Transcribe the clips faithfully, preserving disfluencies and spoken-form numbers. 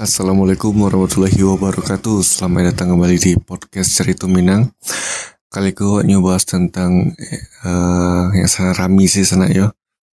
Assalamualaikum warahmatullahi wabarakatuh. Selamat datang kembali di podcast Cerita Minang. Kali gue nyoba tentang uh, yang sana rami sih sana yo.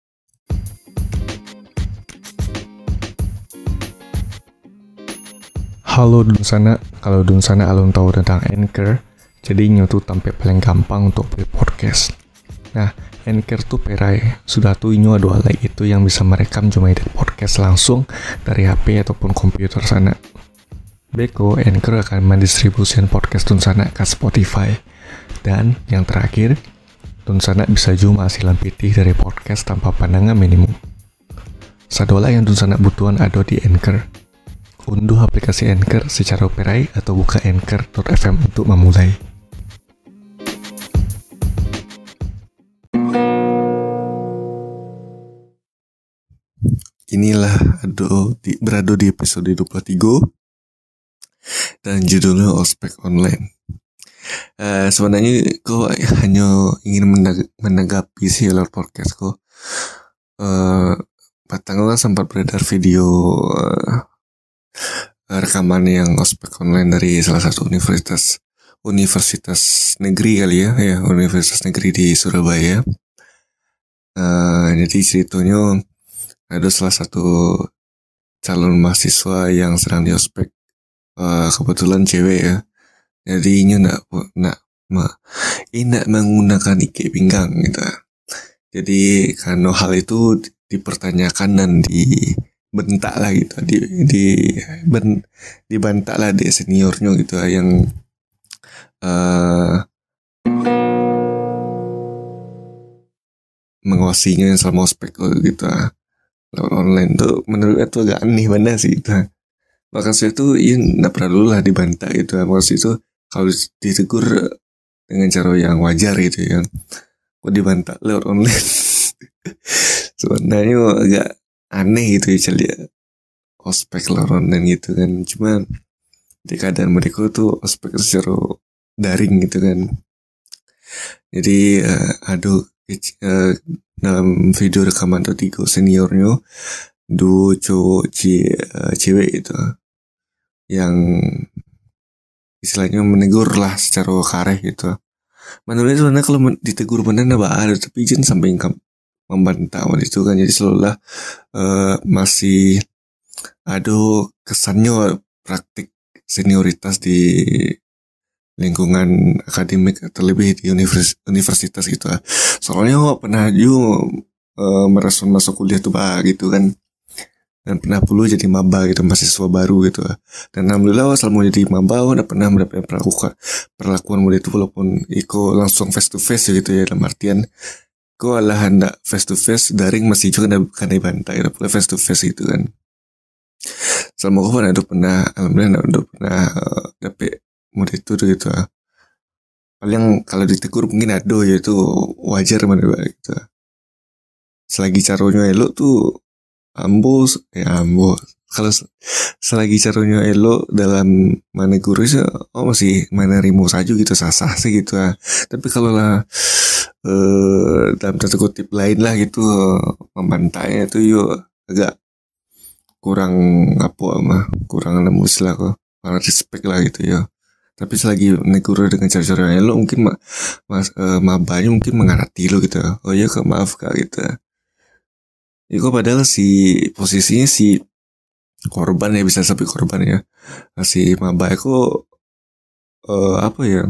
Halo dun sana, kalau dun sana alun tahu tentang Anchor, jadi nyotu tampil paling gampang untuk buat podcast. Nah, Anchor tuh perai, sudah tuh inyo ada alat itu yang bisa merekam cuma edit podcast langsung dari H P ataupun komputer sana. Beko, Anchor akan mendistribusikan podcast dun sana ke Spotify. Dan yang terakhir, dun sana bisa cuma hasilan pitih dari podcast tanpa pandangan minimum. Sadola yang dun sana butuhan ada di Anchor. Unduh aplikasi Anchor secara perai atau buka anchor dot f m untuk memulai. Inilah ado di, berado di episode dua puluh tiga dan judulnya Ospek Online. Uh, sebenarnya kau hanya ingin menang- menanggapi sih lewat podcast kau. Uh, Patang kan sempat beredar video uh, rekaman yang ospek online dari salah satu universitas universitas negeri kali ya, ya universitas negeri di Surabaya. Uh, jadi ceritanya ada salah satu calon mahasiswa yang sedang di ospek, uh, kebetulan cewek ya. Jadi ini nak nak ma, ini nak menggunakan ikat pinggang gitu. Jadi karena hal itu dipertanyakan dan dibentak lah gitu, di di ben, dibantak lah di seniornya gitu yang uh, mengawasinya yang selama ospek gitu. Lewat online tuh menurut gue tuh agak aneh mana sih gitu. Maka saya tuh ya nggak perlu lah dibantah gitu. Maksud itu kalau ditegur dengan cara yang wajar gitu ya. Kok dibantah lewat online? Sebenarnya agak aneh gitu ya lihat ospek lewat online gitu kan. Cuma di keadaan mereka tuh ospek secara daring gitu kan. Jadi uh, aduh uh, dalam video rekaman tuh tiga seniornya dua cowok cie, uh, cewek itu yang istilahnya menegur lah secara kareh gitu. Menurutnya sebenarnya kalau ditegur benar nggak ada, tapi jen sampai membantah itu kan, jadi selalu lah uh, masih ada kesannya praktik senioritas di lingkungan akademik terlebih di univers, universitas gitu. Soalnya oh, pernah juga uh, merespon masuk kuliah tuh bah gitu kan, dan pernah puluh jadi maba gitu, mahasiswa baru gitu. Dan alhamdulillah selama jadi maba udah pernah mendapatkan perlakuan perlakuan muda itu walaupun iko langsung face to face gitu ya, dalam artian kok lah hendak face to face, daring masih juga kan dibantah gitu, face to face gitu kan. Selama aku pernah pernah alhamdulillah udah pernah uh, dapet muda itu gitu. Paling kalau ditegur mungkin ada ya itu wajar menurut gitu. Selagi caranya elok tuh ambos ya ambos. Kalau selagi caranya elok dalam menegur sih, oh masih menerima saja gitu, sah-sah sih gitu. Tapi kalau lah eh, dalam tanda kutip lain lah gitu membantahnya itu yuk agak kurang apa mah kurang nemu lah kok, kurang respect lah gitu ya. Tapi selagi negur dengan cara-cara elok mungkin ma, mas uh, mabanya mungkin mengerti lo gitu. Oh ya kak maaf kak gitu. Ya kok padahal si posisinya si korban ya, bisa sampai korban ya. Si maba kok uh, apa ya?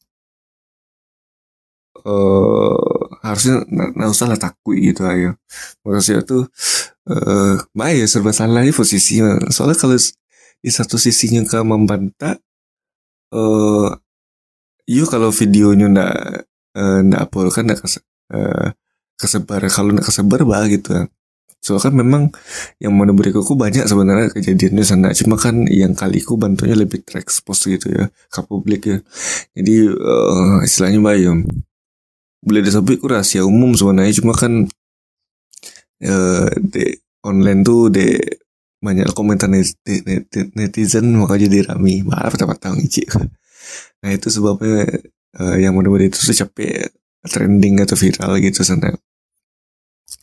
Uh, harusnya nggak usah lah takut gitu ayo. Maksudnya tuh uh, ya serba salah di posisinya. Soalnya kalau di satu sisinya kak membantah, uh, yuk kalau videonya ndak uh, ndak upload kan ndak kes, uh, kesebar, kalau ndak kesebar bah gitu kan. Soalnya kan memang yang mau beriku banyak sebenarnya kejadiannya sana, cuma kan yang kaliku bantunya lebih terekspos gitu ya ke publik ya. Jadi uh, istilahnya bayam boleh disebut itu rahasia umum sebenarnya, cuma kan uh, de online tuh de banyak komentar netizen, netizen maka jadi rame maaf dapat tahu ngicik. Nah itu sebabnya uh, yang mudah-mudahan itu capek trending atau viral gitu sana.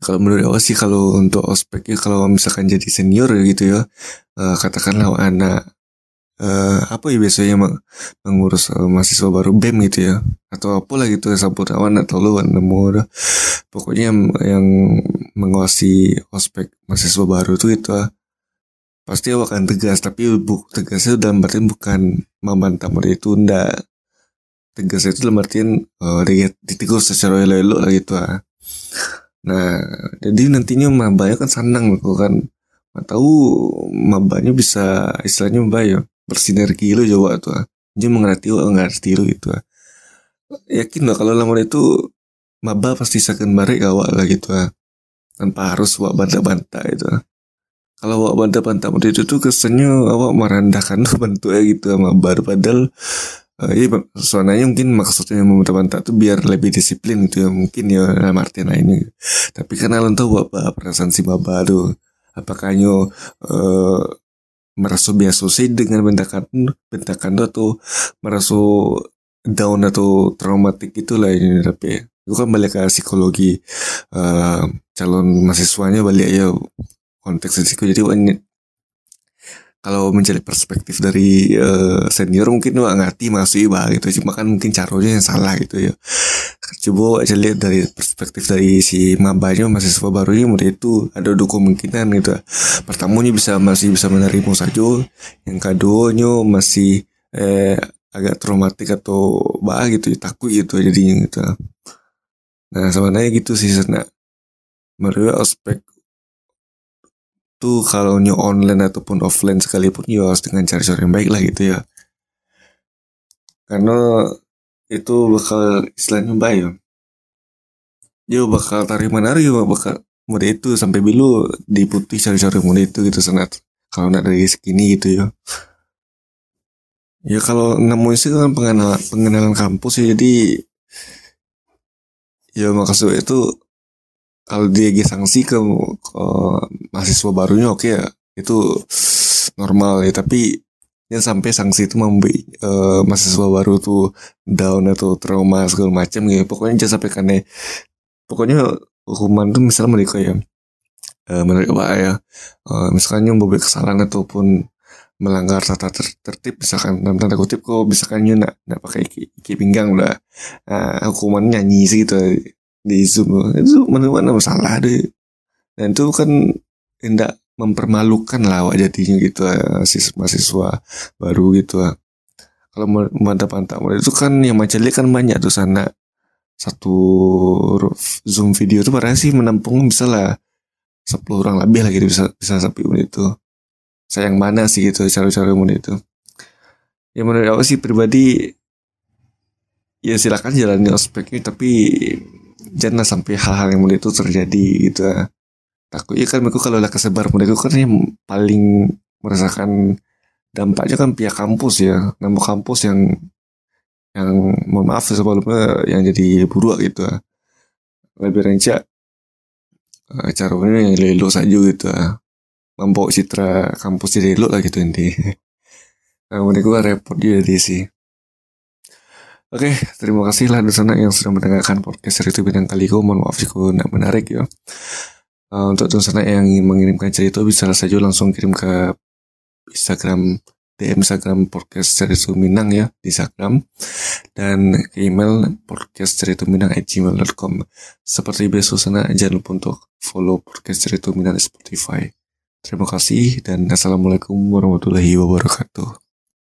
Kalau menurut aku sih kalau untuk ospeknya kalau misalkan jadi senior gitu ya, uh, katakanlah anak uh, apa ya biasanya meng mengurus uh, mahasiswa baru B E M gitu ya, atau apalah gitu Sampurnawan atau lu nemu pokoknya yang, yang mengawasi ospek mahasiswa baru tuh itu uh, pasti akan tegas, tapi bu, tegasnya dalam artian bukan membantah murid itu, ndak. Tegasnya itu dalam artian uh, ditegur secara elok-elok lah gitu ah. Nah, jadi nantinya mabanya kan senang gitu kan. Nggak tahu mabanya bisa istilahnya mbak ya bersinergi lo Jawa tuh. Dia mengerti lo ngerti lo gitu. Yakin lah kalau lamar itu maba pasti akan barek awak lah gitu. Tanpa harus wak bantah-bantah itu. Kalau wak bantah-bantah itu tuh kesannya awak merendahkan bentuknya gitu sama maba, padahal Uh, iya soalnya mungkin maksudnya membantah-bantah tuh biar lebih disiplin gitu ya, mungkin ya dalam artian lainnya gitu. Tapi karena lo tahu apa perasaan si baba tuh, apakah nyo uh, merasa biasa sih dengan bentakan bentakan tuh atau merasa down atau traumatik gitu lah ini, tapi itu kan balik ke psikologi uh, calon mahasiswanya balik ya konteks risiko. Jadi kalau mencari perspektif dari uh, senior mungkin nggak ngerti masih bah gitu, cuma kan mungkin caranya yang salah gitu ya. Coba aja lihat dari perspektif dari si mabanya mahasiswa barunya, mudah itu ada dua kemungkinan gitu. Pertamanya bisa masih bisa menerima saja, yang keduanya masih eh, agak traumatik atau bah gitu, takut gitu jadinya gitu. Nah sebenarnya gitu sih sana. Menurut ospek tuh kalau new online ataupun offline sekalipun ya harus dengan cara-cara yang baik lah gitu ya, karena itu bakal istilahnya baik ya, dia bakal tarik menarik ya, bakal mode itu sampai bilu diputih cara-cara mode itu gitu sangat kalau nak dari segini gitu ya. Ya kalau nemuin sih kan pengenalan pengenalan kampus ya, jadi ya maksudnya itu kalau dia sanksi ke, ke mahasiswa barunya oke okay ya, itu normal ya, tapi yang sampai sanksi itu membuat uh, mahasiswa baru tuh down atau trauma segala macam gitu. Pokoknya jangan sampai karena pokoknya hukuman tuh misalnya mereka ya uh, menurut apa ya uh, misalkan yang membuat kesalahan ataupun melanggar tata ter tertib misalkan dalam tanda kutip kok misalkan nak nak pakai iki, iki pinggang udah uh, hukuman nyanyi sih gitu di Zoom itu mana-mana masalah deh, dan itu kan tidak mempermalukan lah awak jadinya gitu mahasiswa mahasiswa baru gitu. Kalau mantap-mantap itu kan yang macam kan banyak tuh sana, satu Zoom video tuh barang sih menampung bisa lah sepuluh orang lebih lah gitu, bisa bisa sampai menit itu. Sayang mana sih gitu cara-cara menit itu. Ya menurut aku sih pribadi ya silakan jalani ospeknya, tapi jangan sampai hal-hal yang mulai itu terjadi gitu. Takutnya kan mereka kalau lah kesebar mereka kan yang paling merasakan dampaknya kan pihak kampus ya, nama kampus yang yang mohon maaf sebelumnya yang jadi buruk gitu. Lebih rencak caranya yang lelo saja gitu, membawa citra kampus jadi lelo lah gitu inti. Nah, mereka repot jadi sih. Oke, okay, terima kasih lah di sana yang sudah mendengarkan podcast cerita bintang kaliku. Mohon maaf jika tidak menarik ya. Uh, untuk di sana yang ingin mengirimkan cerita bisa saja langsung kirim ke Instagram D M Instagram podcast cerita Minang ya di Instagram, dan ke email podcast cerita minang at gmail dot com. Seperti biasa sana jangan lupa untuk follow podcast cerita Minang di Spotify. Terima kasih dan assalamualaikum warahmatullahi wabarakatuh.